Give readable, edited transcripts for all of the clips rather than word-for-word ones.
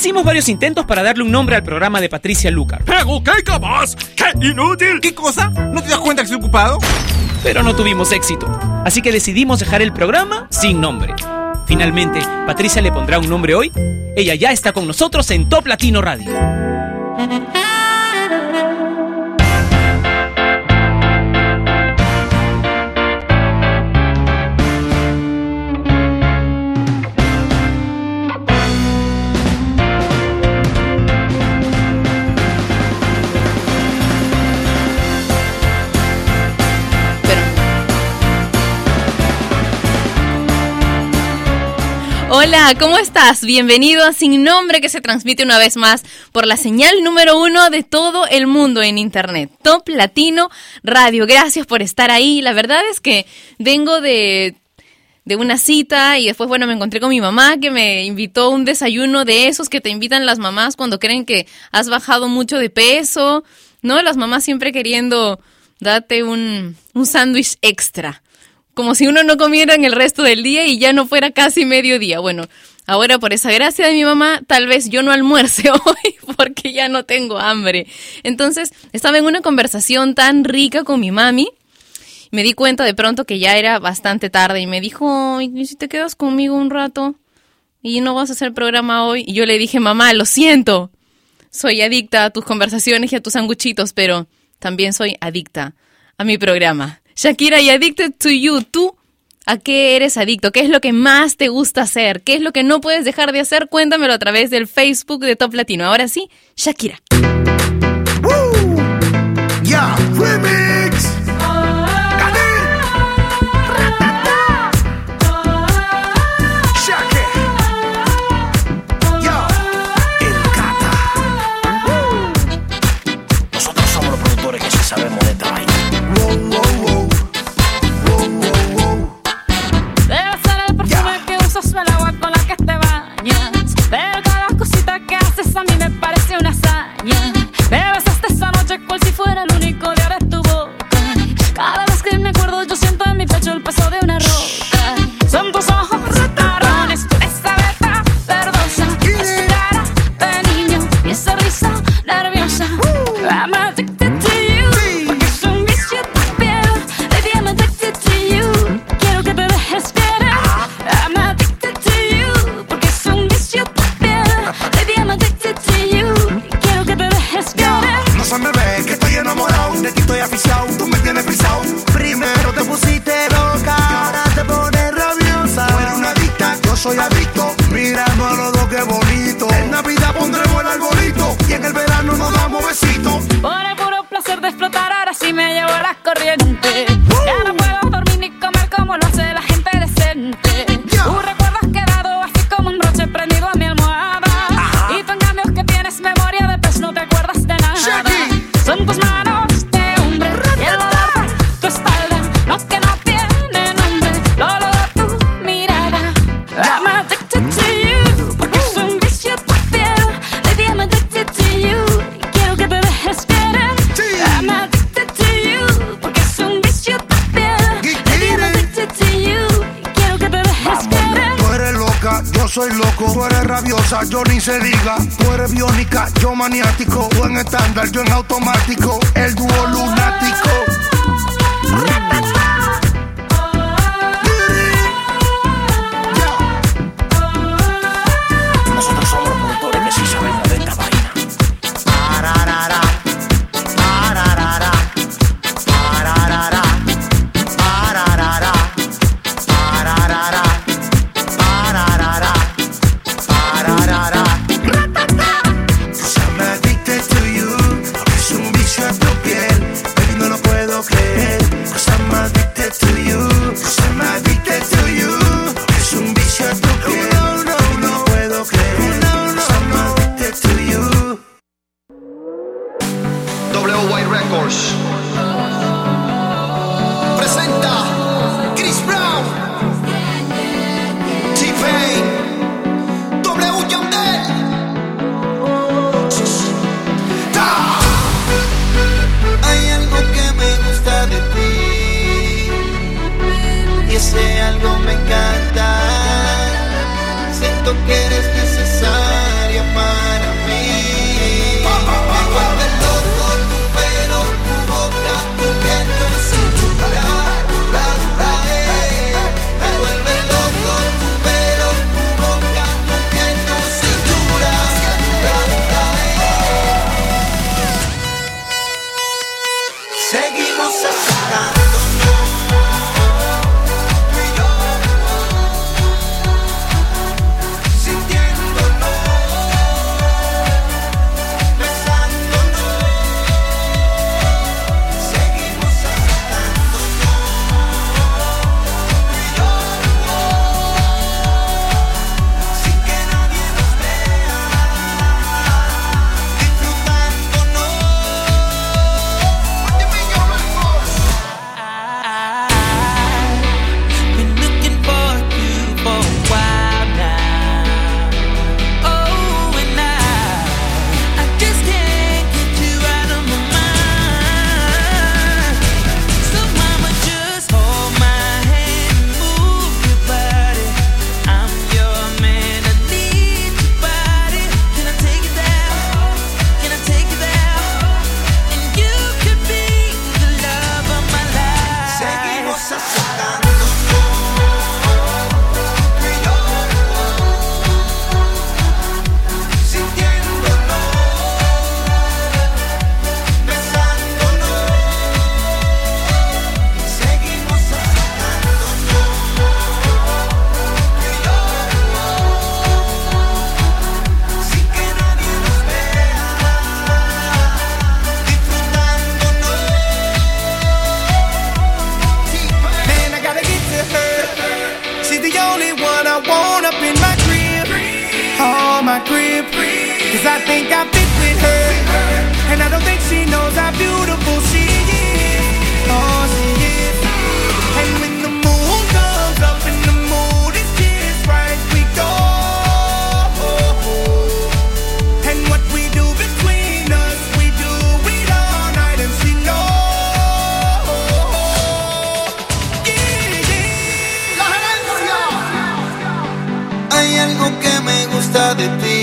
Hicimos varios intentos para darle un nombre al programa de Patricia Lucar. ¡Pero qué capaz! ¡Qué inútil! ¿Qué cosa? ¿No te das cuenta que estoy ocupado? Pero no tuvimos éxito, así que decidimos dejar el programa sin nombre. Finalmente, Patricia le pondrá un nombre hoy. Ella ya está con nosotros en Top Latino Radio. Hola, ¿cómo estás? Bienvenido a Sin Nombre, que se transmite una vez más por la señal número 1 de todo el mundo en internet, Top Latino Radio. Gracias por estar ahí. La verdad es que vengo de una cita y después, me encontré con mi mamá, que me invitó a un desayuno de esos que te invitan las mamás cuando creen que has bajado mucho de peso, ¿no? Las mamás siempre queriendo darte un sándwich extra, como si uno no comiera en el resto del día y ya no fuera casi mediodía. Bueno, ahora por esa gracia de mi mamá, tal vez yo no almuerce hoy porque ya no tengo hambre. Entonces, estaba en una conversación tan rica con mi mami, me di cuenta de pronto que ya era bastante tarde y me dijo, ¿y si te quedas conmigo un rato y no vas a hacer programa hoy? Y yo le dije, mamá, lo siento, soy adicta a tus conversaciones y a tus sanguchitos, pero también soy adicta a mi programa. Shakira y Addicted to You. ¿Tú a qué eres adicto? ¿Qué es lo que más te gusta hacer? ¿Qué es lo que no puedes dejar de hacer? Cuéntamelo a través del Facebook de Top Latino. Ahora sí, Shakira. ¡Woo! ¡Ya! ¡Remix! Nosotros somos los productores que sí sabemos de esta vaina. El agua con la que te bañas, pero cada cosita que haces a mí me parece una hazaña. Me besaste esa noche cual si fuera el único día de tu boca. Cada vez que me acuerdo yo siento en mi pecho el peso de una roca. Son tus ojos ratones, esa beta verdosa, esa cara de niño y esa risa nerviosa. I'm addicted to you, porque es un vicio tu piel. Baby, I'm addicted to you, quiero que te dejes querer. I'm addicted to you, porque es un vicio tu piel. Baby, I'm addicted to you, quiero que te dejes querer. No se me ve que estoy enamorado, de ti estoy aficiado, tú me tienes frisado. Primero te pusiste loca, ahora te pones rabiosa. Tú eres una adicta, yo soy adicto, mirando a los dos qué bonito. En Navidad pondremos el arbolito y en el verano nos damos besitos. Por el puro placer de explotar, ahora sí me llevo la corriente. Ya no puedo dormir ni comer como lo hace la gente decente. Tu recuerdo has quedado así como un broche prendido a mi almohada. Y tú en cambio que tienes memoria de pez no te acuerdas de nada. Son tus manos de hombre y el olor de tu espalda, no que no tiene nombre, el olor de tu mirada. I'm addicted to you, porque es un vicio tu piel. Baby, I'm addicted to you, quiero que te dejes querer. I'm addicted to you, porque es un vicio tu piel. Baby, I'm addicted to you, quiero que te dejes querer. Tú eres loca, yo soy loco. Tú eres rabiosa, yo ni se diga. Tú eres biónica, yo maniático. Tú en estándar, yo en automático. El dúo lunático. Nosotros somos los productores que sí sabemos de esta vaina. I'm addicted to you, es un vicio a tu piel. Baby, no lo puedo 'Cause I think I fit with her, and I don't think she knows how beautiful she is. Oh, she is. And when the moon comes up and the mood is just right, we go. And what we do between us, we do it all night, and she knows. Yeah, yeah. La gerencia. Hay algo que me gusta de ti,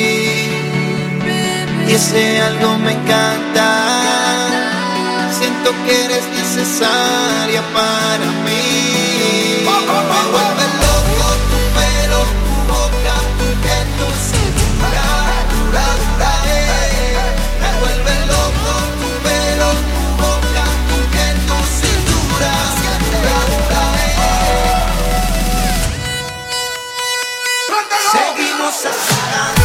y ese algo me encanta. Siento que eres necesaria para mí. Me vuelve loco tu pelo, tu boca, tu piel, tu cintura, dura, dura, Me vuelve loco tu pelo, tu boca, tu piel, tu cintura, dura, dura, Seguimos asustando.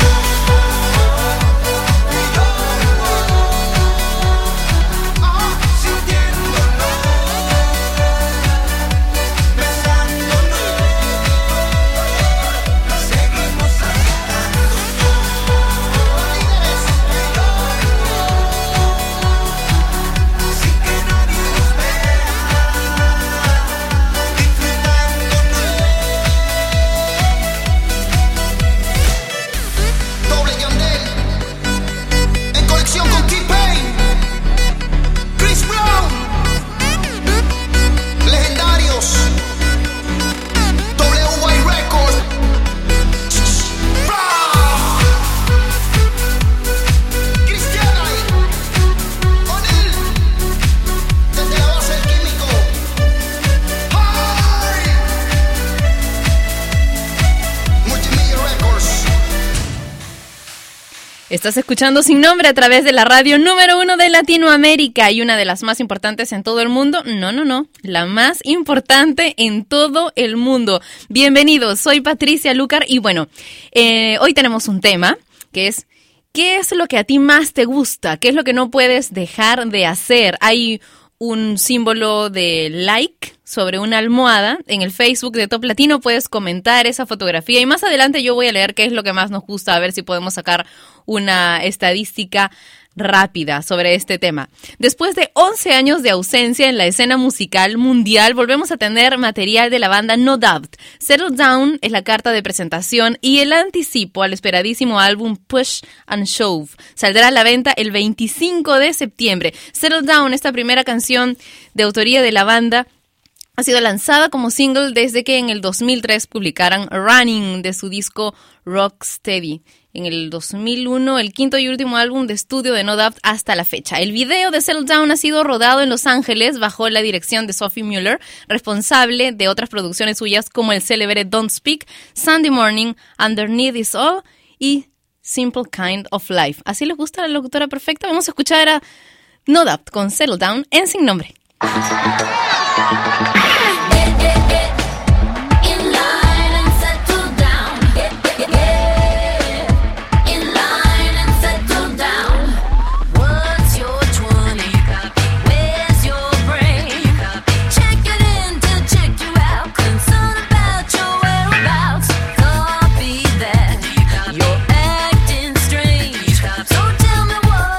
Estás escuchando Sin Nombre a través de la radio número 1 de Latinoamérica y una de las más importantes en todo el mundo. No, la más importante en todo el mundo. Bienvenidos, soy Patricia Lucar y bueno, hoy tenemos un tema que es ¿qué es lo que a ti más te gusta? ¿Qué es lo que no puedes dejar de hacer? Hay un símbolo de like sobre una almohada en el Facebook de Top Latino. Puedes comentar esa fotografía y más adelante yo voy a leer qué es lo que más nos gusta, a ver si podemos sacar una estadística rápida sobre este tema. Después de 11 años de ausencia en la escena musical mundial, volvemos a tener material de la banda No Doubt. Settle Down es la carta de presentación y el anticipo al esperadísimo álbum Push and Shove. Saldrá a la venta el 25 de septiembre. Settle Down, esta primera canción de autoría de la banda, ha sido lanzada como single desde que en el 2003 publicaran Running de su disco Rocksteady. En el 2001, el quinto y último álbum de estudio de No Doubt hasta la fecha. El video de Settle Down ha sido rodado en Los Ángeles bajo la dirección de Sophie Muller, responsable de otras producciones suyas como el célebre Don't Speak, Sunday Morning, Underneath Is All y Simple Kind of Life. ¿Así les gusta la locutora perfecta? Vamos a escuchar a No Doubt con Settle Down en Sin Nombre.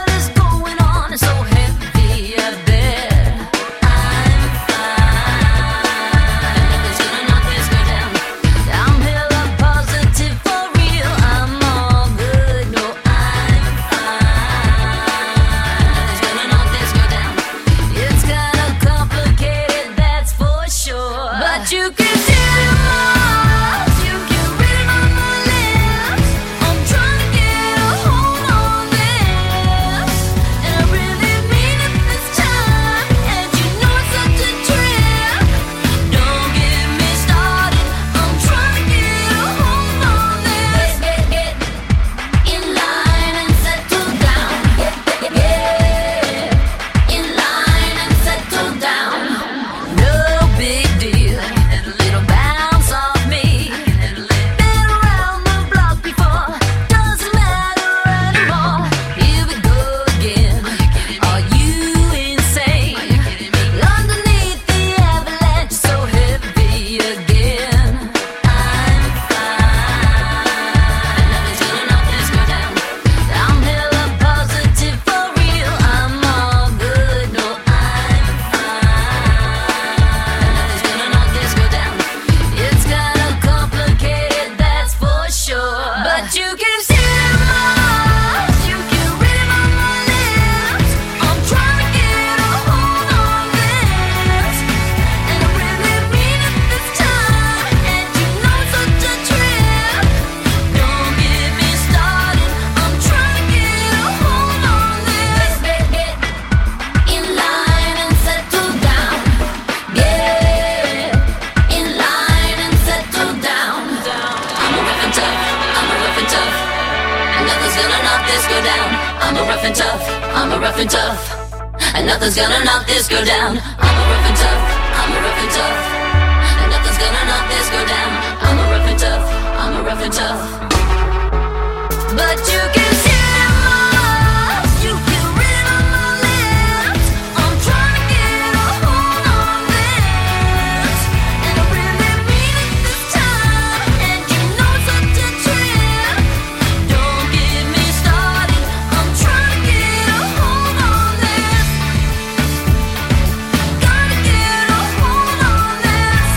So heavy, I bet I'm fine. can see them all, you can read them on my lips. I'm trying to get a hold on this, and I really mean it this time. And you know it's such a trip. Don't get me started. I'm trying to get a hold on this. Get in line and settle down. Get in line and settle down. I'm a rough and tough. I'm a rough and tough. And nothing's gonna knock this girl down. I'm a rough and tough. I'm a rough and tough. And nothing's gonna knock this girl down. I'm a rough and tough. I'm a rough and tough. And nothing's gonna knock this girl down. I'm a rough and tough. I'm a rough and tough. But you can see them all. You can read them on my lips. I'm trying to get a hold on this, and I really mean it this time. And you know it's such a trip. Don't get me started. I'm trying to get a hold on this. Gotta get a hold on this.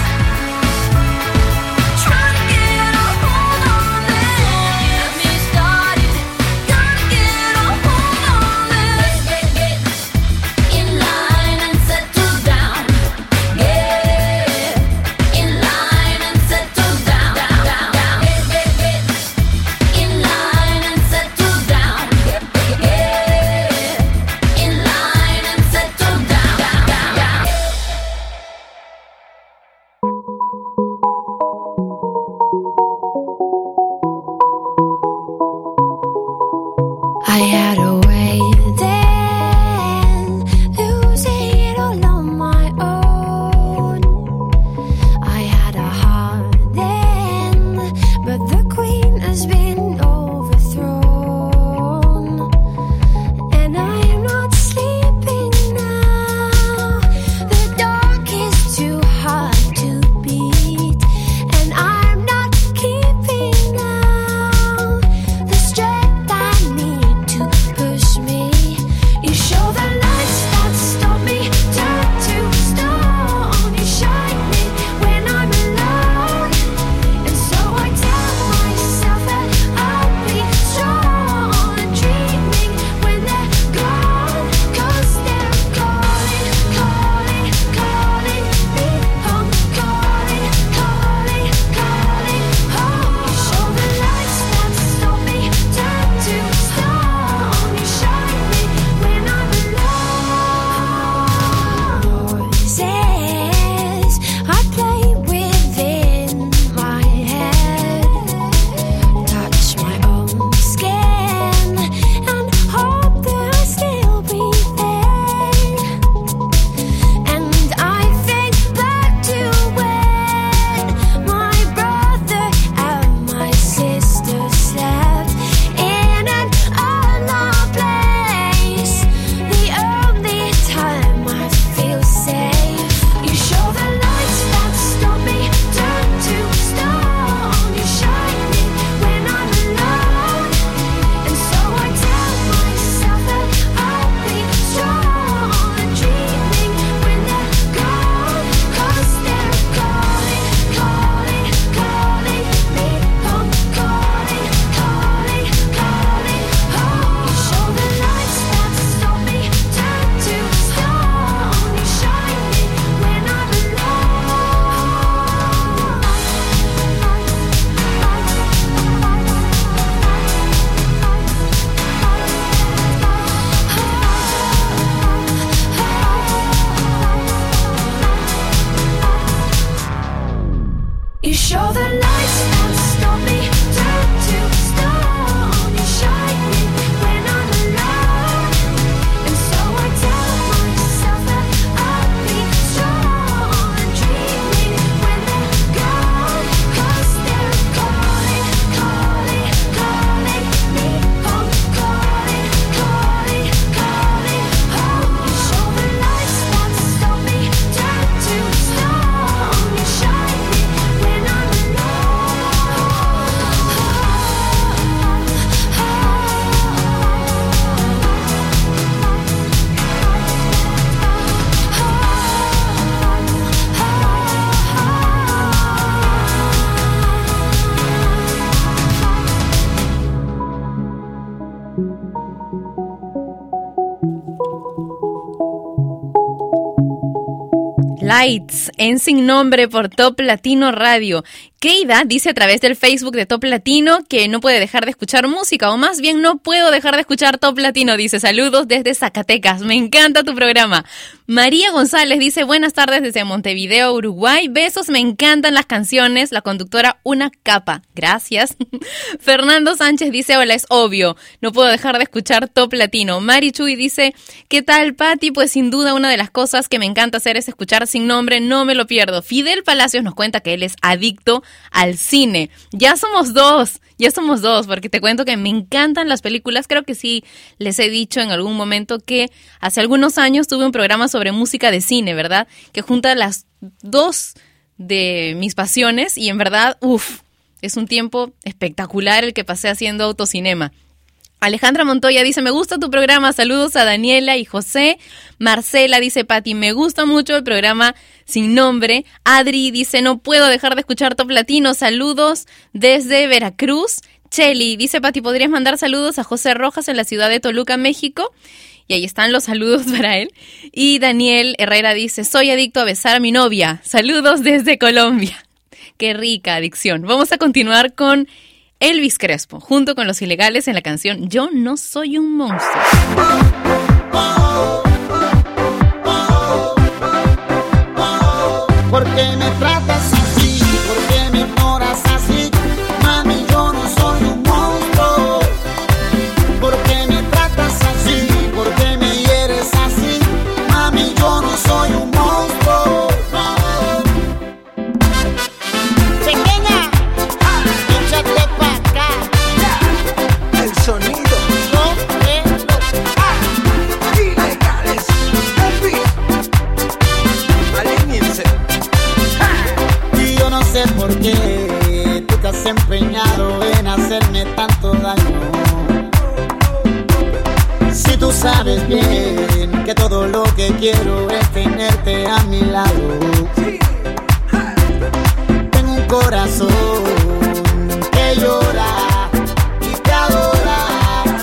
Trying to get a hold on this. Don't get me started. Gotta get a hold on this. Get in line and settle down. Get in line and settle down. Get in line and settle down. Get in line and settle down. I had a way then, losing it all on my own. I had a heart then, but the queen has been overthrown. And I am not sleeping now. The dark is too hard to beat, and I'm not keeping now the strength I need to push Lights en Sin Nombre por Top Latino Radio. Keida dice a través del Facebook de Top Latino que no puede dejar de escuchar música, o más bien no puedo dejar de escuchar Top Latino. Dice, saludos desde Zacatecas, me encanta tu programa. María González dice, buenas tardes desde Montevideo, Uruguay. Besos, me encantan las canciones. La conductora, una capa. Gracias. Fernando Sánchez dice, hola, es obvio, no puedo dejar de escuchar Top Latino. Mari Chuy dice, ¿qué tal, Pati? Pues sin duda una de las cosas que me encanta hacer es escuchar Sin Nombre, no me lo pierdo. Fidel Palacios nos cuenta que él es adicto al cine. Ya somos dos, porque te cuento que me encantan las películas. Creo que sí les he dicho en algún momento que hace algunos años tuve un programa sobre música de cine, ¿verdad? Que junta las dos de mis pasiones y en verdad, es un tiempo espectacular el que pasé haciendo autocinema. Alejandra Montoya dice, me gusta tu programa, saludos a Daniela y José. Marcela dice, Pati, me gusta mucho el programa Sin Nombre. Adri dice, no puedo dejar de escuchar Top Latino, saludos desde Veracruz. Cheli dice, Pati, ¿podrías mandar saludos a José Rojas en la ciudad de Toluca, México? Y ahí están los saludos para él. Y Daniel Herrera dice, soy adicto a besar a mi novia, saludos desde Colombia. Qué rica adicción. Vamos a continuar con Elvis Crespo, junto con Los Ilegales en la canción Yo no soy un monstruo. ¿Por qué me tratas así? ¿Por qué me ignoras así? Mami, yo no soy un monstruo. ¿Por qué me tratas así? ¿Por qué me hieres así? Mami, yo no soy un monstruo. Pequeña, échate pa' acá. El sonido. Ilegales. Alíñense. Y yo no sé por qué tú te has empeñado en hacerme tanto daño. Si tú sabes bien que todo lo que quiero es tenerte a mi lado. Tengo un corazón que llora y te adora.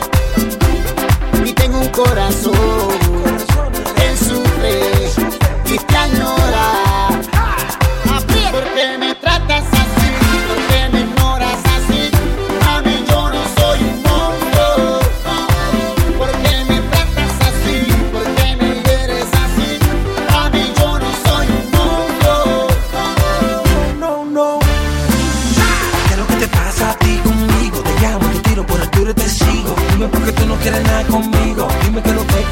Y tengo un corazón que sufre y te añora. ¿Por qué me tratas así? ¿Por qué me ignoras así? Mami, yo no soy un monstruo. ¿Por qué me tratas así? ¿Por qué me hieres así? Mami, yo no soy un monstruo. No. ¿Qué es lo que te pasa a ti conmigo? Te llamo, te tiro por el tiro y te sigo. Dime por qué tú no quieres nada conmigo. Dime qué es lo que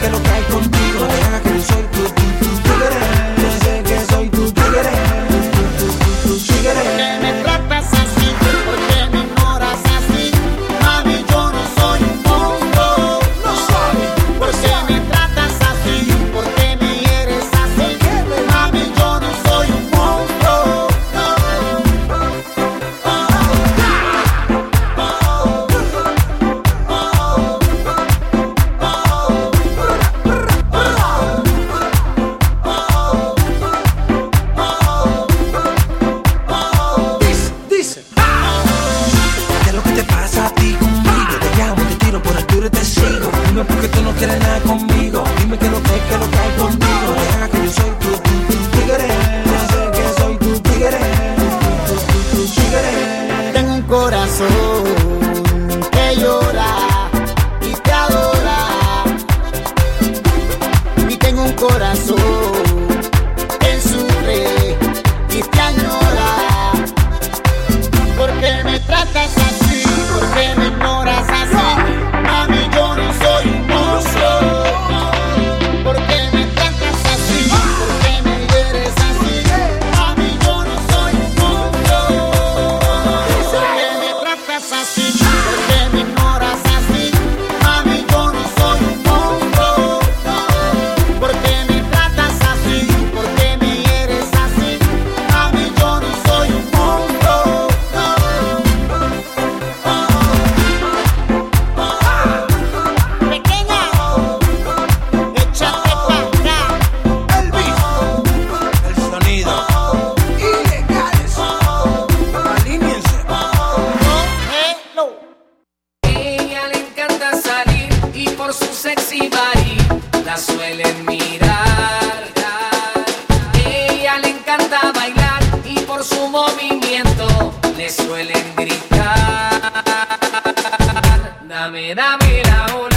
pueda salir y por su sexy body la suelen mirar. Ella le encanta bailar y por su movimiento le suelen gritar. Dame, dame la una.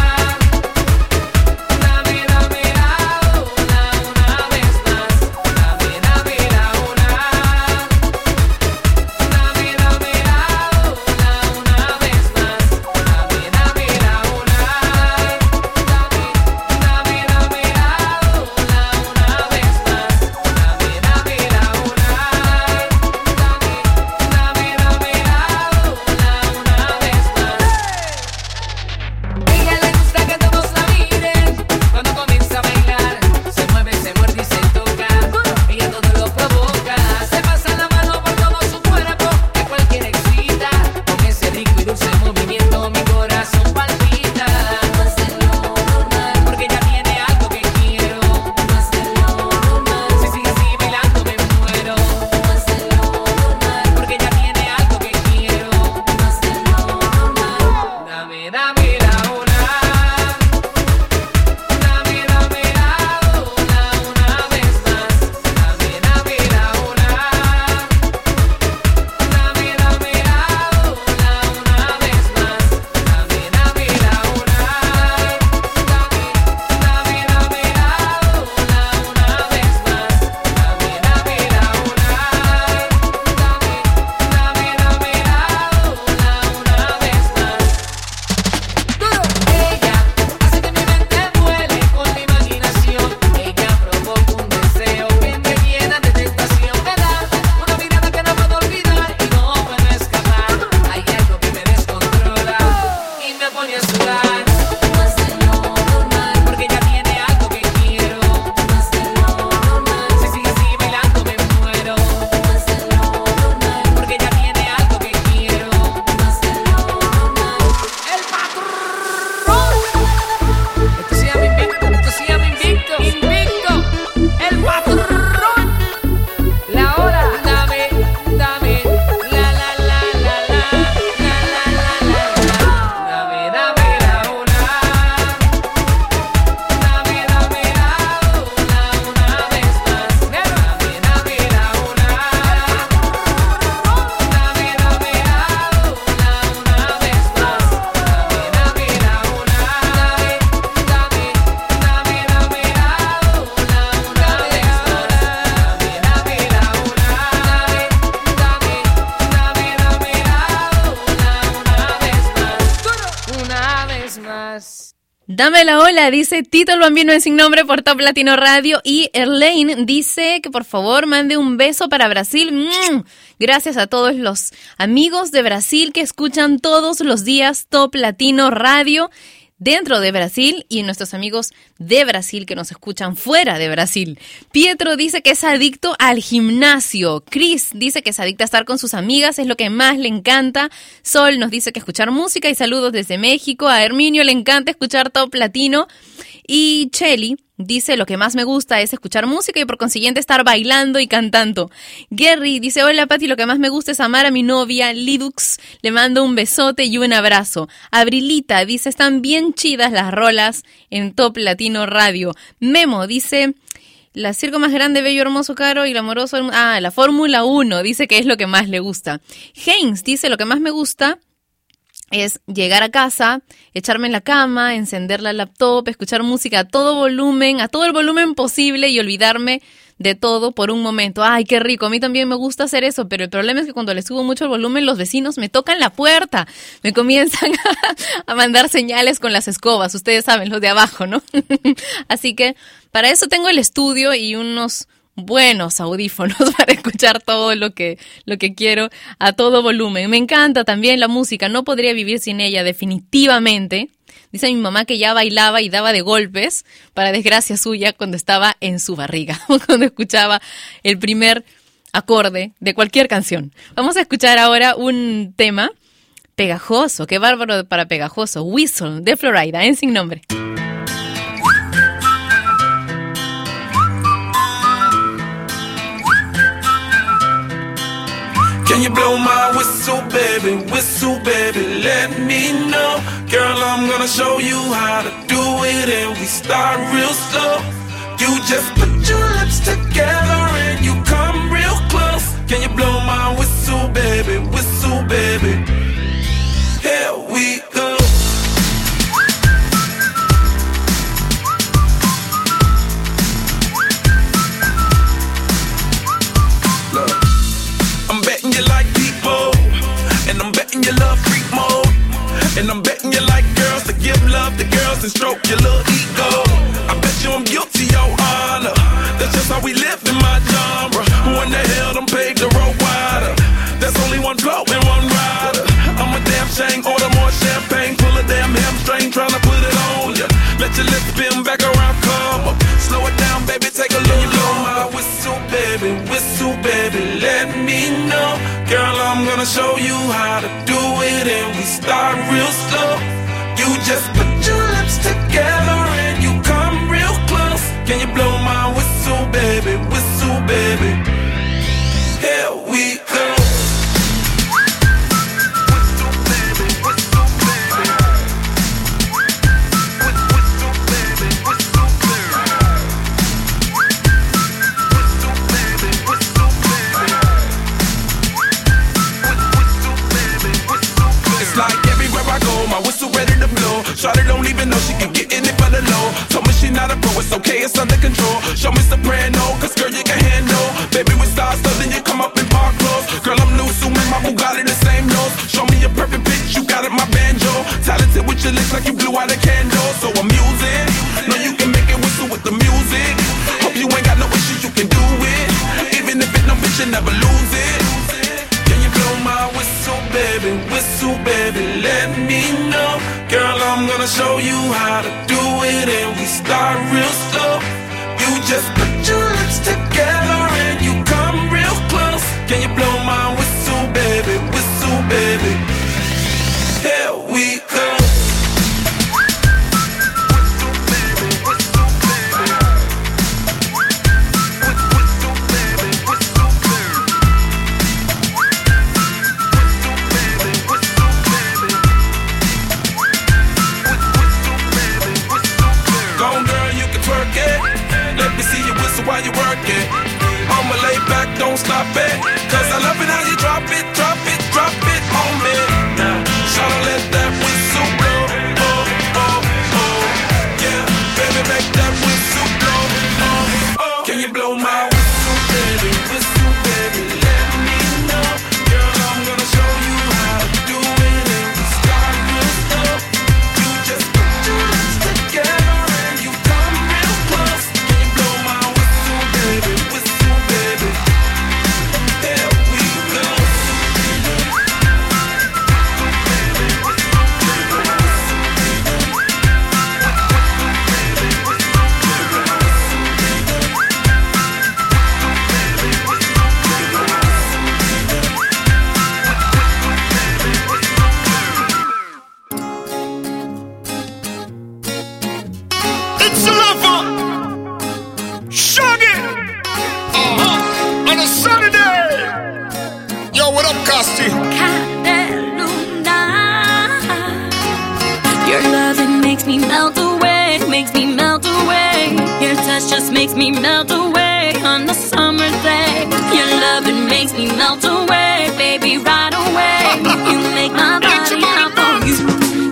Dame la hola, dice Tito el Bambino en Sin Nombre por Top Latino Radio. Y Erlane dice que por favor mande un beso para Brasil. Gracias a todos los amigos de Brasil que escuchan todos los días Top Latino Radio dentro de Brasil y nuestros amigos de Brasil que nos escuchan fuera de Brasil. Pietro dice que es adicto al gimnasio. Chris dice que es adicta a estar con sus amigas, es lo que más le encanta. Sol nos dice que escuchar música y saludos desde México. A Herminio le encanta escuchar Top Latino. Y Chelly dice lo que más me gusta es escuchar música y por consiguiente estar bailando y cantando. Gary dice, hola Pati, lo que más me gusta es amar a mi novia Lidux. Le mando un besote y un abrazo. Abrilita dice, están bien chidas las rolas en Top Latino Radio. Memo dice, la circo más grande, bello, hermoso, caro y amoroso. La Fórmula 1 dice que es lo que más le gusta. Haynes dice, lo que más me gusta es llegar a casa, echarme en la cama, encender la laptop, escuchar música a todo el volumen posible y olvidarme de todo por un momento. ¡Ay, qué rico! A mí también me gusta hacer eso, pero el problema es que cuando le subo mucho el volumen, los vecinos me tocan la puerta. Me comienzan a mandar señales con las escobas. Ustedes saben, los de abajo, ¿no? Así que para eso tengo el estudio y unos buenos audífonos para escuchar todo lo que quiero a todo volumen. Me encanta también la música, no podría vivir sin ella definitivamente. Dice mi mamá que ya bailaba y daba de golpes, para desgracia suya, cuando estaba en su barriga, cuando escuchaba el primer acorde de cualquier canción. Vamos a escuchar ahora un tema pegajoso, qué bárbaro para pegajoso, Whistle de Florida en Sin Nombre. Can you blow my whistle, baby? Whistle, baby, let me know. Girl, I'm gonna show you how to do it, and we start real slow. You just put your lips together and you come real close. Can you blow my whistle, baby? Whistle, baby. Here we go. Look, I'm betting you like people, and I'm betting you love freak mode, and I'm betting you like girls to give love to girls and stroke your little ego. I bet you I'm guilty, your honor. That's just how we live in my genre. Who in the hell done paved the road wider? There's only one flow and one rider. I'm a damn shame, order more champagne, pull a damn hamstring, tryna put it on ya. Let your lips spin back around, come up. Slow it down, baby, take a look. Blow my whistle, baby, let me know. Girl, I'm gonna show you how to do it, and we start real slow. You just put your lips together and you come real close. Can you blow my whistle, baby? Whistle, baby. Here we go. My whistle ready to blow. Shawty don't even know she can get in it for the low. Told me she not a pro, it's okay, it's under control. Show me soprano, cause girl you can handle. Baby with stars, so then you come up in park clothes. Girl I'm new, so my Bugatti the same nose. Show me a perfect pitch, you got it, my banjo. Talented with your lips like you blew out a candle. So I'm using, know you can make it whistle with the music. Hope you ain't got no issues, you can do it. Even if it no bitch, you never lose it. Can you blow my whistle, baby, let me know. Girl, I'm gonna show you how to do it, and we start real slow. You just put your lips together and you come real close. Can you blow my whistle, baby? Here we go. While you work it, I'ma lay back, don't stop it. Cause I love it how you drop it on me. Now, shawty let that whistle blow. Oh, oh, oh. Yeah, baby, make that whistle blow. Oh, oh. Can you blow my whistle, baby? Whistle, baby, let me know. Girl, I'm gonna show you how to do it, and we start real slow. You just put your lips together and you come real close. Can you blow my whistle, baby? Whistle, baby. There we go. It's a lover, Shaggy, on a sunny day. Yo, what up, Costi? Luna. Your loving makes me melt away, makes me melt away. Your touch just makes me melt away on a summer day. Your loving makes me melt away, baby, right away. You make my body hot for you.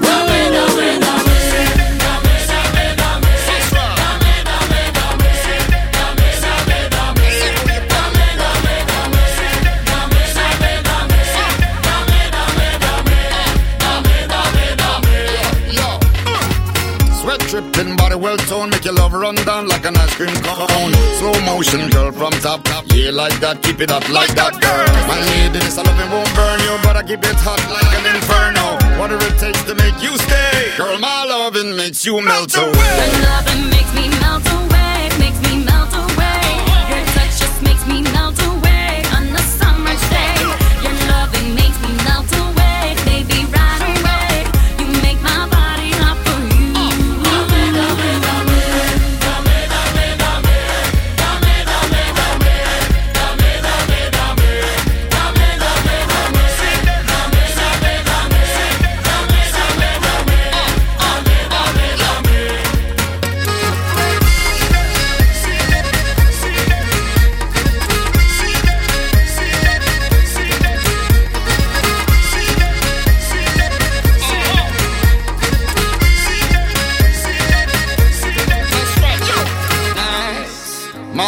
Sweat dripping, body well toned, make your love run down like an ice cream cone. Slow motion, girl, from top, yeah, like that, keep it up like that, girl. My lady, this loving won't burn you, but I keep it hot like an inferno. Whatever it takes to make you stay, girl, my loving makes you melt away. Your loving makes me melt away, makes me melt away. Your touch just makes me melt away on a summer's day. Your loving makes me melt away, baby, right away. You make my body hot for you.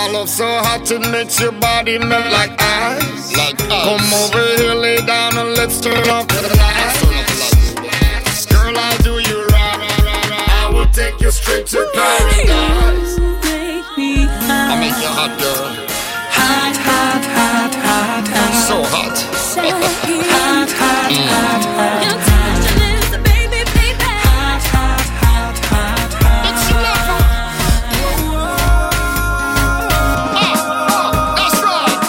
My love so hot it makes your body melt like ice. Come over here, lay down and let's turn up the lights. Girl, I'll do you right. I will take you straight to paradise. I'll make you hot, girl. Hot, hot, hot, hot, hot. So hot. Hot, hot, hot, hot. Your touch is the baby, baby. Hot, hot, hot, hot, hot. It's your level. That's right.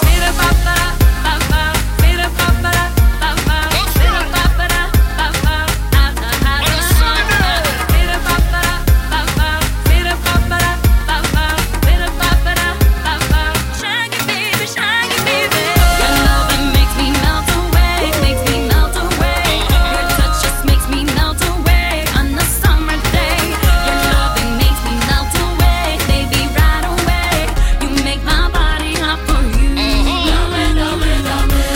Shaggy baby, shaggy baby. Your loving makes me melt away, makes me melt away. Your touch just makes me melt away on a summer day. Your loving makes me melt away, baby, right away. You make my body hot for you. Love it, love it, love it.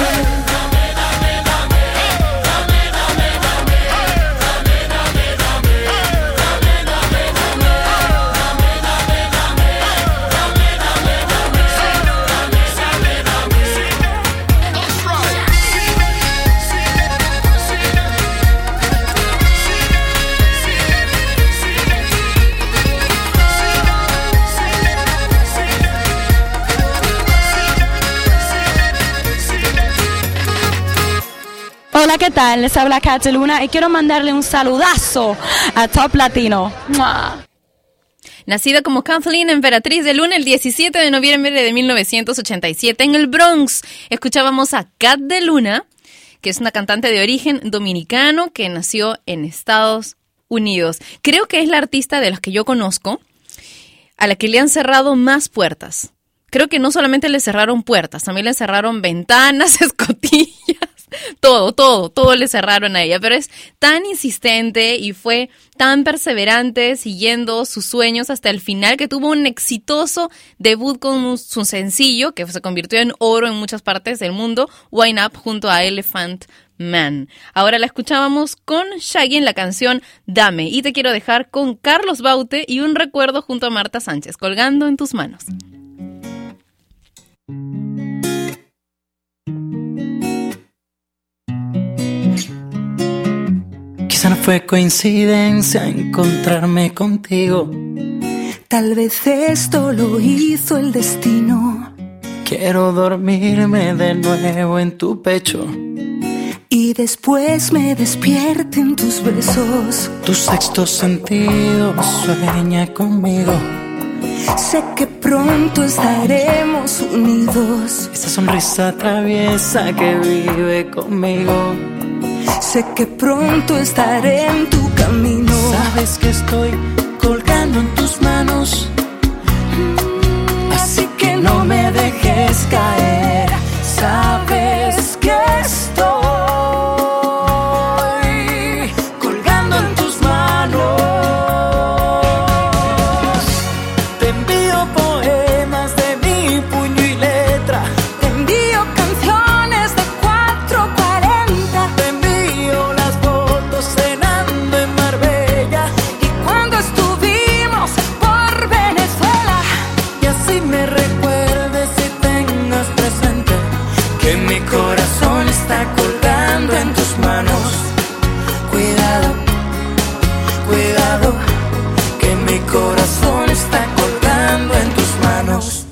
Hola, ¿qué tal? Les habla Kat Luna y quiero mandarle un saludazo a Top Latino. ¡Mua! Nacida como Kathleen Emperatriz de Luna el 17 de noviembre de 1987 en el Bronx, escuchábamos a Kat de Luna, que es una cantante de origen dominicano que nació en Estados Unidos. Creo que es la artista de las que yo conozco a la que le han cerrado más puertas. Creo que no solamente le cerraron puertas, también le cerraron ventanas, escotillas. Todo le cerraron a ella, pero es tan insistente y fue tan perseverante siguiendo sus sueños hasta el final que tuvo un exitoso debut con su sencillo que se convirtió en oro en muchas partes del mundo, Wind Up, junto a Elephant Man. Ahora la escuchábamos con Shaggy en la canción Dame, y te quiero dejar con Carlos Baute y un recuerdo junto a Marta Sánchez, Colgando en tus manos. Quizá no fue coincidencia encontrarme contigo. Tal vez esto lo hizo el destino. Quiero dormirme de nuevo en tu pecho y después me despierte en tus besos. Tu sexto sentido sueña conmigo. Sé que pronto estaremos unidos. Esa sonrisa traviesa que vive conmigo. Sé que pronto estaré en tu camino. Sabes que estoy colgando en tus manos, así que no me dejes caer. Sabes que estoy colgando en tus manos. te envío poemas de mi puño y letra. Te envío canciones de 440. Te envío las fotos cenando en Marbella Y cuando estuvimos por Venezuela. y así me recuerdes y tengas presente que mi corazón está colgando en tus manos. Cuidado, Cuidado, que mi corazón está colgando en tus manos.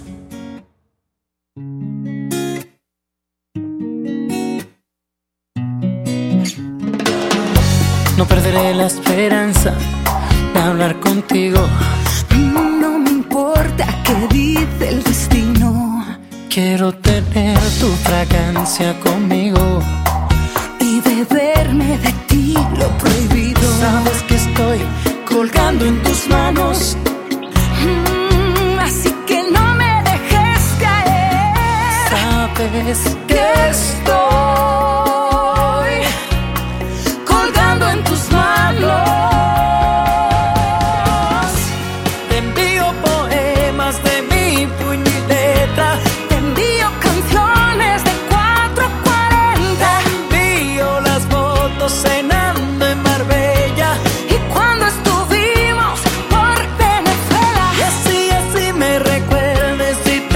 No perderé la esperanza de hablar contigo. no me importa qué dice el destino. Quiero tener tu fragancia conmigo Y beberme de ti lo prohibido. Sabes que estoy colgando en tus manos. Así que no me dejes caer. Sabes Que estoy colgando en tus manos. te envío poemas de mi puño y letra. Te envío canciones de 440. Envío las fotos cenando en Marbella Y cuando estuvimos por Venezuela. y así me recuerdes y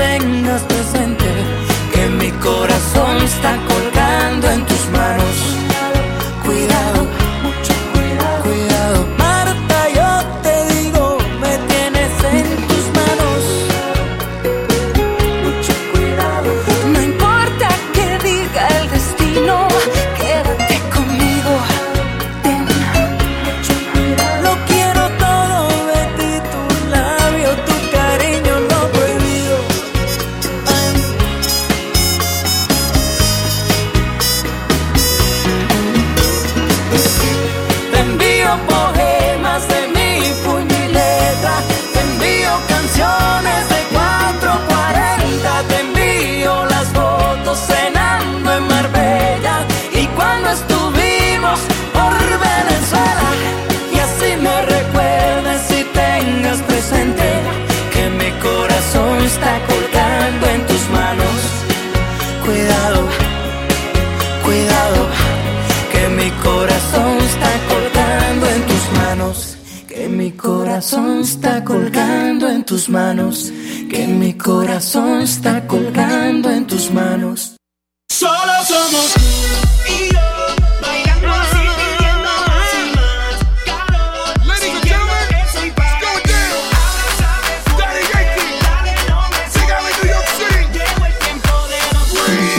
que mi corazón está colgando en tus manos, que mi corazón está colgando en tus manos. Solo somos tú y yo, bailando así, pidiendo más y más calor. Sintiendo que soy para ti. Abrázame fuerte, dale, no me sueltes. Llegó el tiempo de los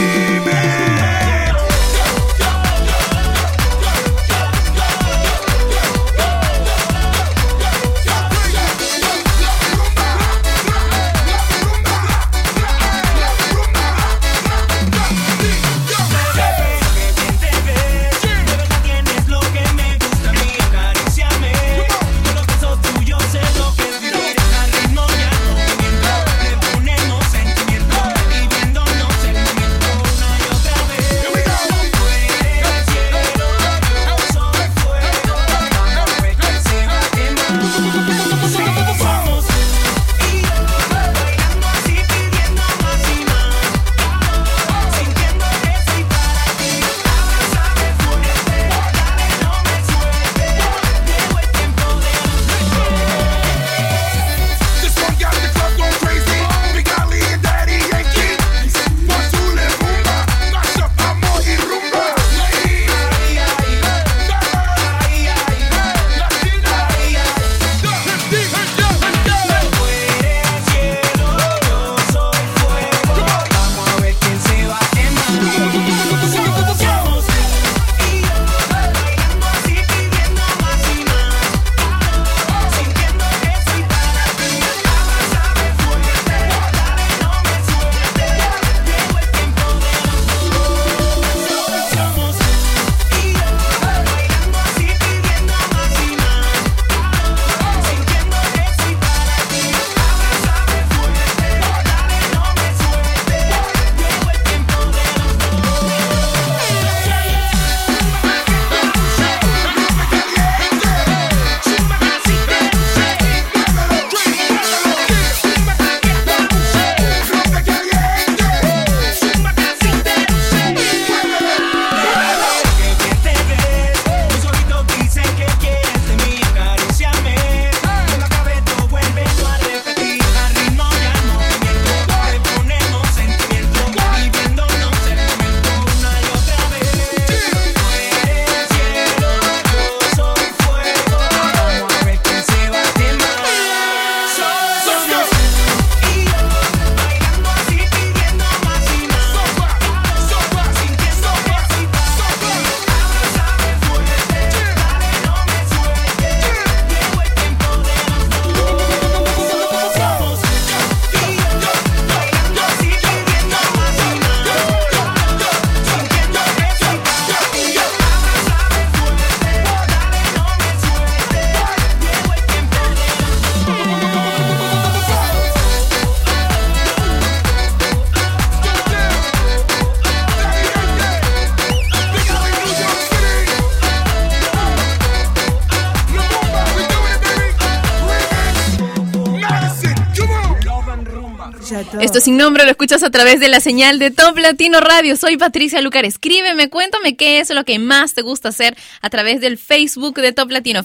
Esto Sin Nombre lo escuchas a través de la señal de Top Latino Radio. Soy Patricia Lucar. Escríbeme, cuéntame qué es lo que más te gusta hacer a través del Facebook de Top Latino,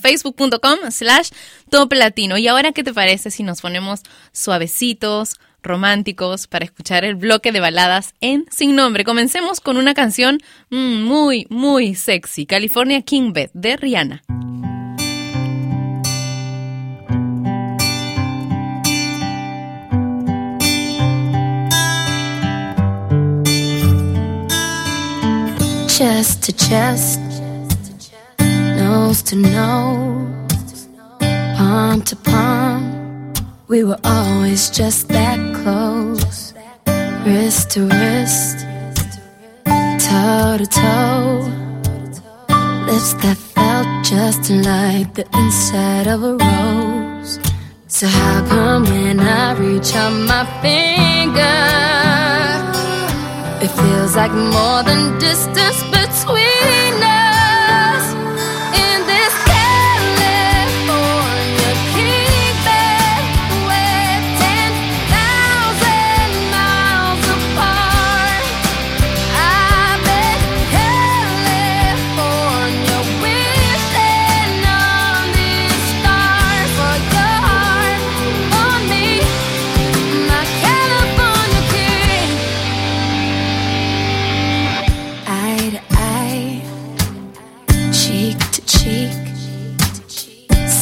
facebook.com/Top Latino. Y ahora, ¿qué te parece si nos ponemos suavecitos, románticos, para escuchar el bloque de baladas en Sin Nombre? Comencemos con una canción muy, muy sexy, California King Bed, de Rihanna. Chest to chest, nose to nose, palm to palm, we were always just that close. Wrist to wrist, toe to toe, lips that felt just like the inside of a rose. So how come when I reach out my finger, it feels like more than distance between us. In this California king bed, we're 10,000 miles apart. I bet California wishing on this star.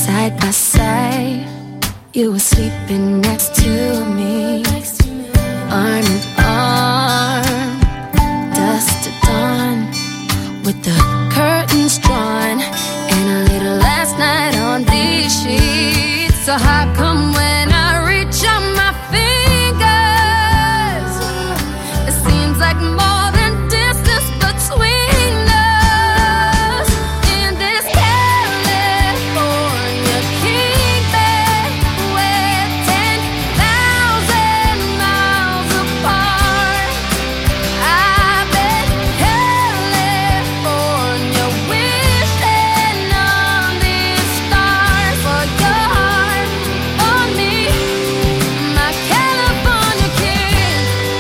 side by side. You were sleeping next to me, arm in arm, dusk to dawn, with the curtains drawn, and a little last night on these sheets. So how come when I reach out my fingers, it seems like more than distance between us? In this California king bed, we're 10,000 miles apart. I bet California wishing on these stars for your heart, for me, my California king.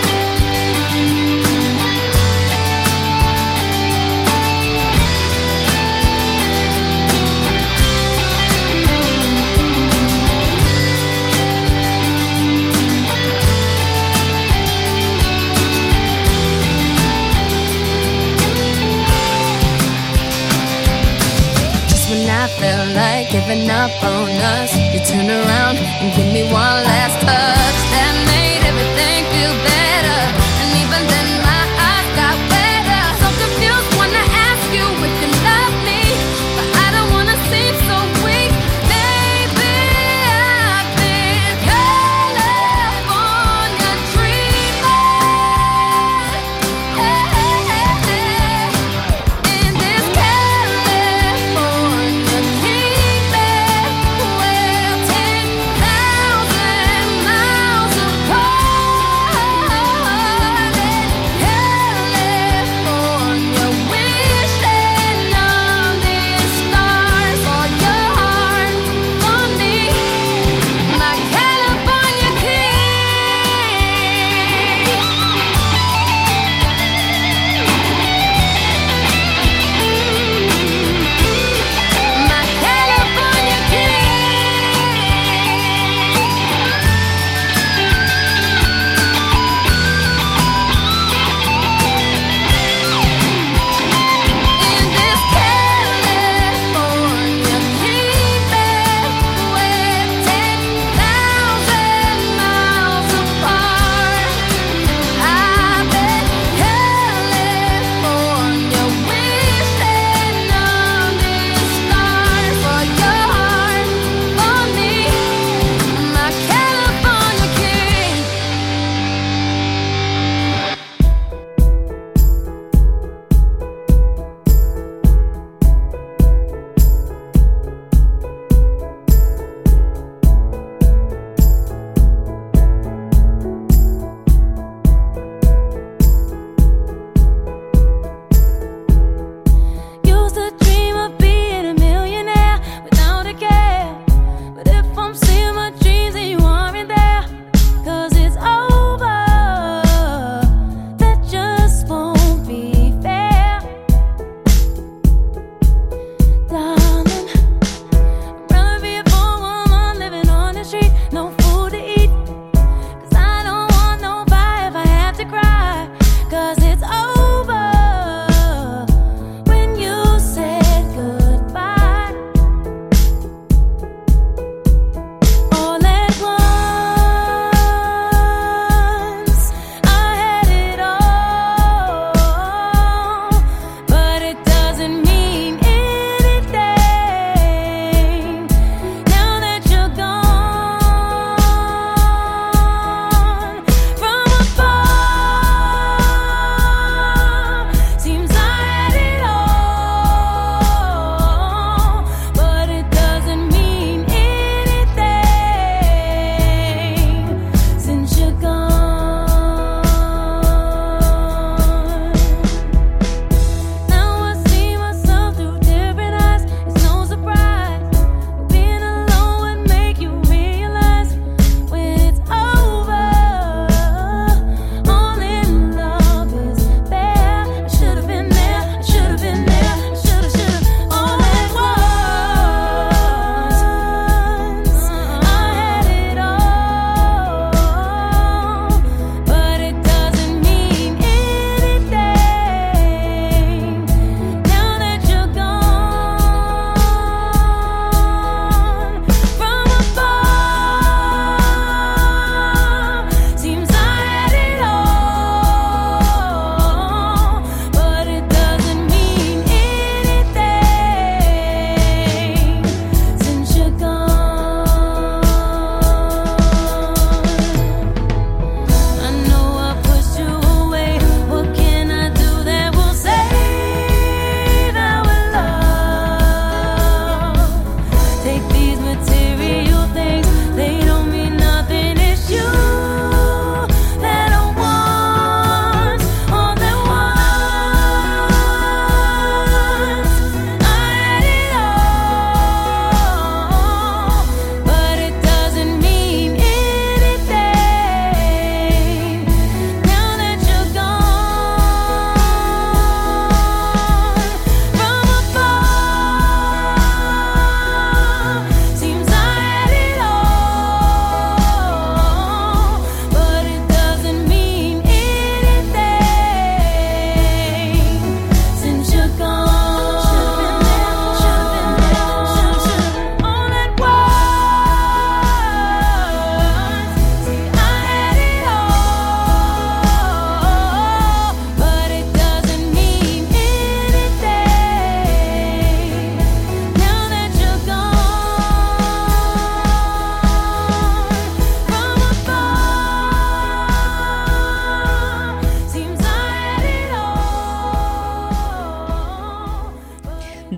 Just when I felt like giving up on us, you turn around and give me one last touch that made everything feel better. And even then my eyes got wetter. So confused when I ask you if you love me, but I don't wanna seem so weak. Maybe I've been California dreaming. In this California king bed, we're 10,000 miles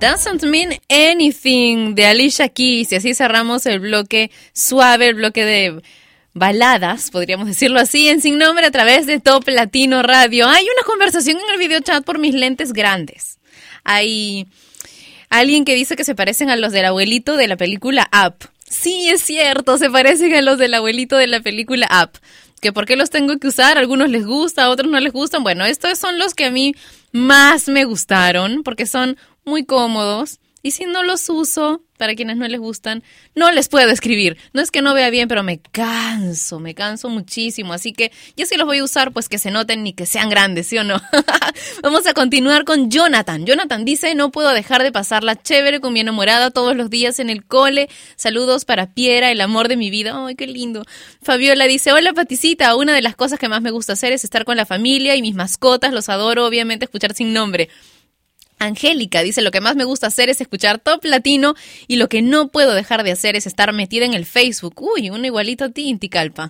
Doesn't Mean Anything de Alicia Keys. Y así cerramos el bloque suave, el bloque de baladas, podríamos decirlo así, en Sin Nombre a través de Top Latino Radio. Hay una conversación en el video chat por mis lentes grandes. Hay alguien que dice que se parecen a los del abuelito de la película Up. Sí, es cierto, se parecen a los del abuelito de la película Up. ¿Que por qué los tengo que usar? A algunos les gusta, a otros no les gustan. Bueno, estos son los que a mí más me gustaron porque son muy cómodos. Y si no los uso, para quienes no les gustan, no les puedo escribir. No es que no vea bien, pero me canso muchísimo. Así que ya si los voy a usar, pues que se noten ni que sean grandes, ¿sí o no? Vamos a continuar con Jonathan. Jonathan dice, no puedo dejar de pasarla chévere con mi enamorada todos los días en el cole. Saludos para Piera, el amor de mi vida. ¡Ay, qué lindo! Fabiola dice, hola Paticita, una de las cosas que más me gusta hacer es estar con la familia y mis mascotas. Los adoro, obviamente, escuchar Sin Nombre. Angélica dice, lo que más me gusta hacer es escuchar Top Latino y lo que no puedo dejar de hacer es estar metida en el Facebook. Uy, uno igualito a ti, Inticalpa.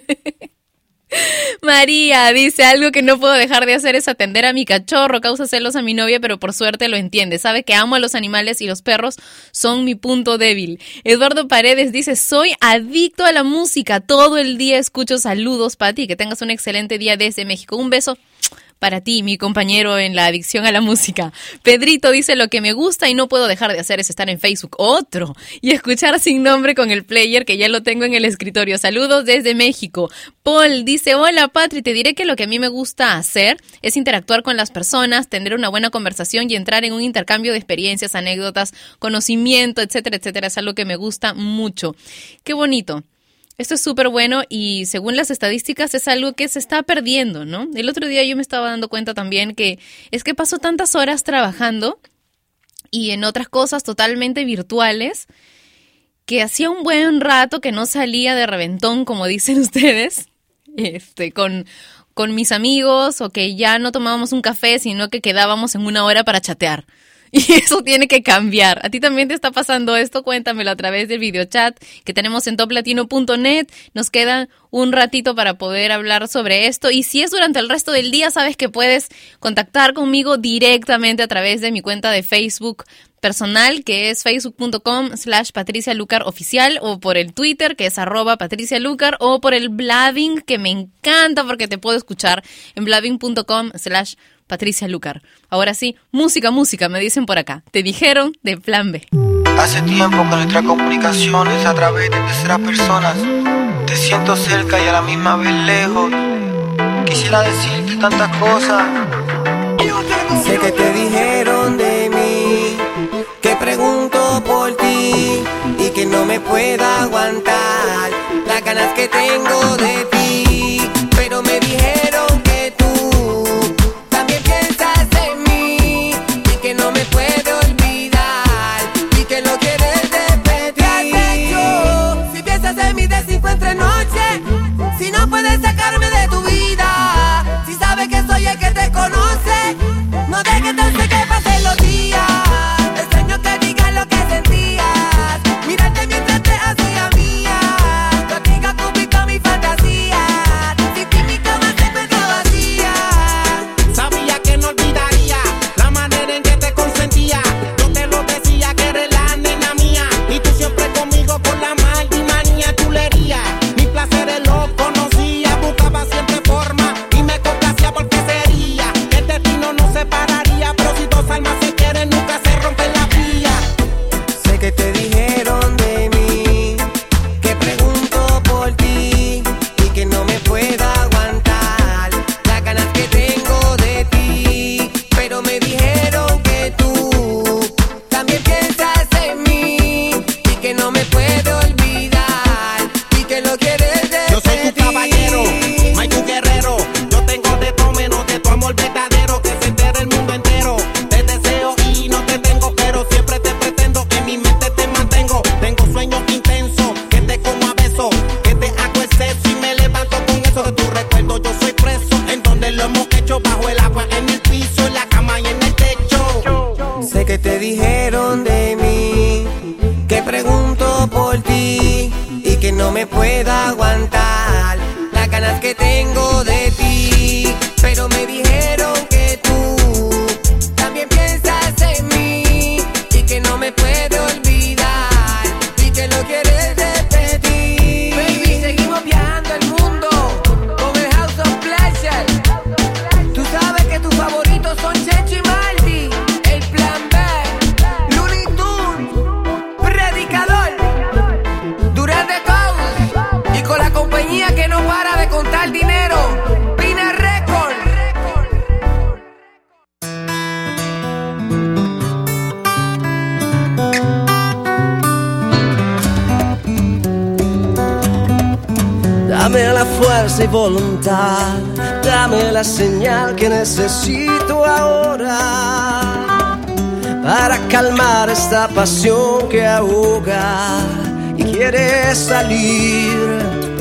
María dice, algo que no puedo dejar de hacer es atender a mi cachorro, causa celos a mi novia, pero por suerte lo entiende, sabe que amo a los animales y los perros son mi punto débil. Eduardo Paredes dice, soy adicto a la música, todo el día escucho. Saludos, Pati, que tengas un excelente día desde México. Un beso para ti, mi compañero en la adicción a la música. Pedrito dice, lo que me gusta y no puedo dejar de hacer es estar en Facebook, otro, y escuchar Sin Nombre con el player que ya lo tengo en el escritorio. Saludos desde México. Paul dice, hola Patri, te diré que lo que a mí me gusta hacer es interactuar con las personas, tener una buena conversación y entrar en un intercambio de experiencias, anécdotas, conocimiento, etcétera, etcétera. Es algo que me gusta mucho. Qué bonito. Esto es súper bueno y según las estadísticas es algo que se está perdiendo, ¿no? El otro día yo me estaba dando cuenta también que es que paso tantas horas trabajando y en otras cosas totalmente virtuales que hacía un buen rato que no salía de reventón, como dicen ustedes, con mis amigos, o que ya no tomábamos un café, sino que quedábamos en una hora para chatear. Y eso tiene que cambiar. ¿A ti también te está pasando esto? Cuéntamelo a través del videochat que tenemos en toplatino.net. Nos queda un ratito para poder hablar sobre esto. Y si es durante el resto del día, sabes que puedes contactar conmigo directamente a través de mi cuenta de Facebook personal, que es facebook.com/PatriciaLucarOficial, o por el Twitter, que es @PatriciaLucar, o por el Blabbing, que me encanta porque te puedo escuchar en blabbing.com/PatriciaLucar. Ahora sí, música, me dicen por acá. Te dijeron de Plan B. Hace tiempo que nuestra comunicación es a través de terceras personas. Te siento cerca y a la misma vez lejos. Quisiera decirte tantas cosas. Sé que te dijeron de mí, que pregunto por ti y que no me puedo aguantar las ganas que tengo de ti. Pero me dijeron que tú también piensas en mí y que no me puedo olvidar y que lo quieres repetir. ¿Qué has hecho? Si piensas en mí de 5 entre noche, si no puedes sacarme de tu vida, si sabes que soy el que te conoce, no dejes entonces que pasen los días. Extraño que digas lo que sentías, mírate mientras te hacía mía. Contigo cumplí todas mis fantasías, sin ti mi cama se encuentra vacía. Sabía que no olvidaría la manera en que te consentía. Yo te lo decía que eres la nena mía y tú siempre conmigo con la mal y manía chulería. Mis placeres los conocía, buscaba siempre forma y me complacía porque sería que el destino nos separaría, pero si dos almas se quieren nunca se rompen la vía. Sé que te dijeron de mí, que pregunto por ti y que no me puedo aguantar las ganas que tengo de ti. Pero me dijeron que tú también piensas en mí y que no me puedo olvidar y que lo quieres repetir. Yo soy tu caballero, Mike tu guerrero. Yo tengo de todo menos de tu amor verdadero, que se entere el mundo entero. Te deseo y no te tengo, pero siempre te pretendo. En mi mente te mantengo. Tengo sueños intensos, que te como a besos, que te hago exceso y me levanto con eso de tu recuerdo. Yo soy preso, en donde lo hemos hecho, bajo el agua, en el piso, en la cama y en el techo. Sé que te dijeron de mí, que pregunto por ti y que no me puedo aguantar las ganas que tengo de ti. Pero me dijeron que tú también piensas en mí fuerza y voluntad, dame la señal que necesito ahora para calmar esta pasión que ahoga y quiere salir.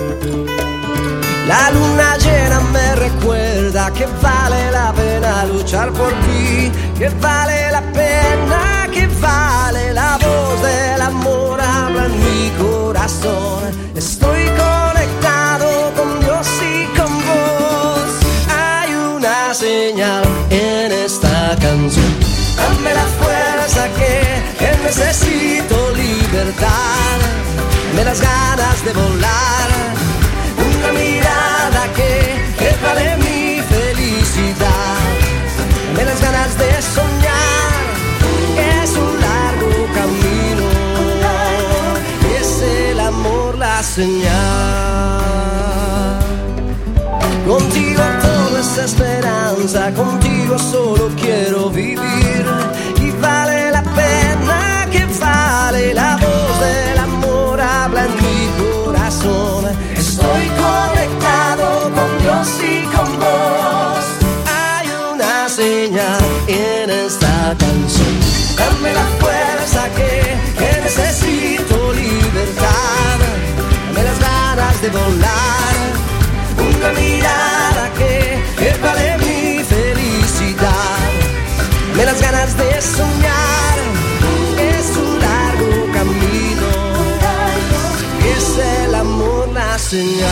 La luna llena me recuerda que vale la pena luchar por ti, que vale la pena, que vale la voz del amor, habla en mi corazón. Estoy conectado con Dios y con vos. Hay una señal en esta canción. Dame la fuerza que necesito, libertad, dame las ganas de volar, una mirada que vale mi felicidad, dame las ganas de soñar. Es un largo camino, es el amor la señal. Contigo todo es esperanza, contigo solo quiero vivir. Y vale la pena, que vale la voz del amor, habla en mi corazón. Estoy conectado con Dios y con vos. Hay una señal en esta canción. Dame la fuerza que necesito, libertad, dame las ganas de volar, una mirada que vale mi felicidad, dame las ganas de soñar. Es un largo camino, es el amor la señal.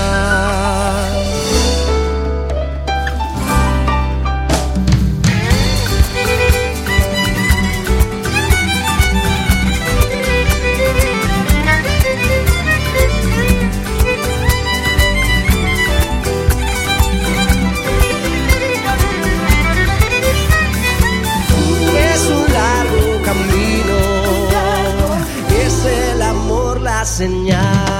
Señal.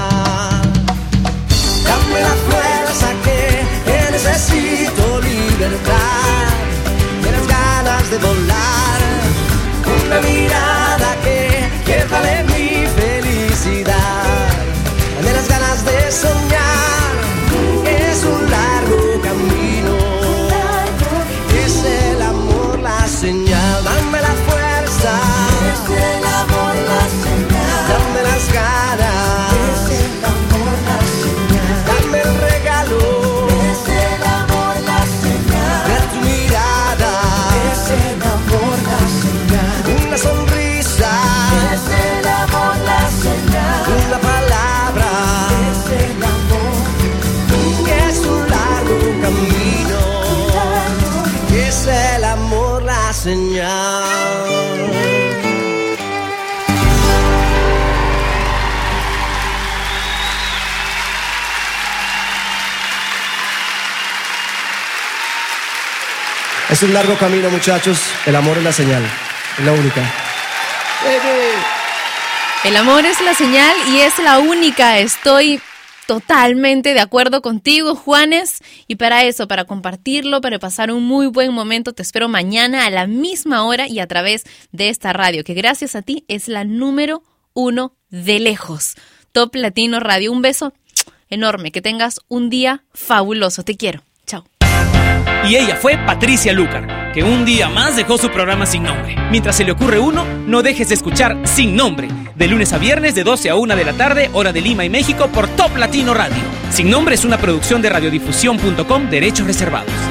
Dame la fuerza que necesito, libertad, de las ganas de volar, una mirada que vale mi felicidad, de las ganas de soñar. Es un largo camino, es el amor la señal. Dame la fuerza, es el amor la señal. Dame las ganas, una sonrisa, es el amor la señal, una palabra, es el amor, es un largo camino, es el amor la señal. Es un largo camino, muchachos, el amor es la señal. Es la única. El amor es la señal y es la única. Estoy totalmente de acuerdo contigo, Juanes. Y para eso, para compartirlo, para pasar un muy buen momento, te espero mañana a la misma hora y a través de esta radio, que gracias a ti es la número 1 de lejos. Top Latino Radio. Un beso enorme. Que tengas un día fabuloso. Te quiero. Chao. Y ella fue Patricia Lucar, que un día más dejó su programa Sin Nombre. Mientras se le ocurre uno, no dejes de escuchar Sin Nombre, de lunes a viernes de 12 a 1 de la tarde, hora de Lima y México, por Top Latino Radio. Sin Nombre es una producción de radiodifusión.com, derechos reservados.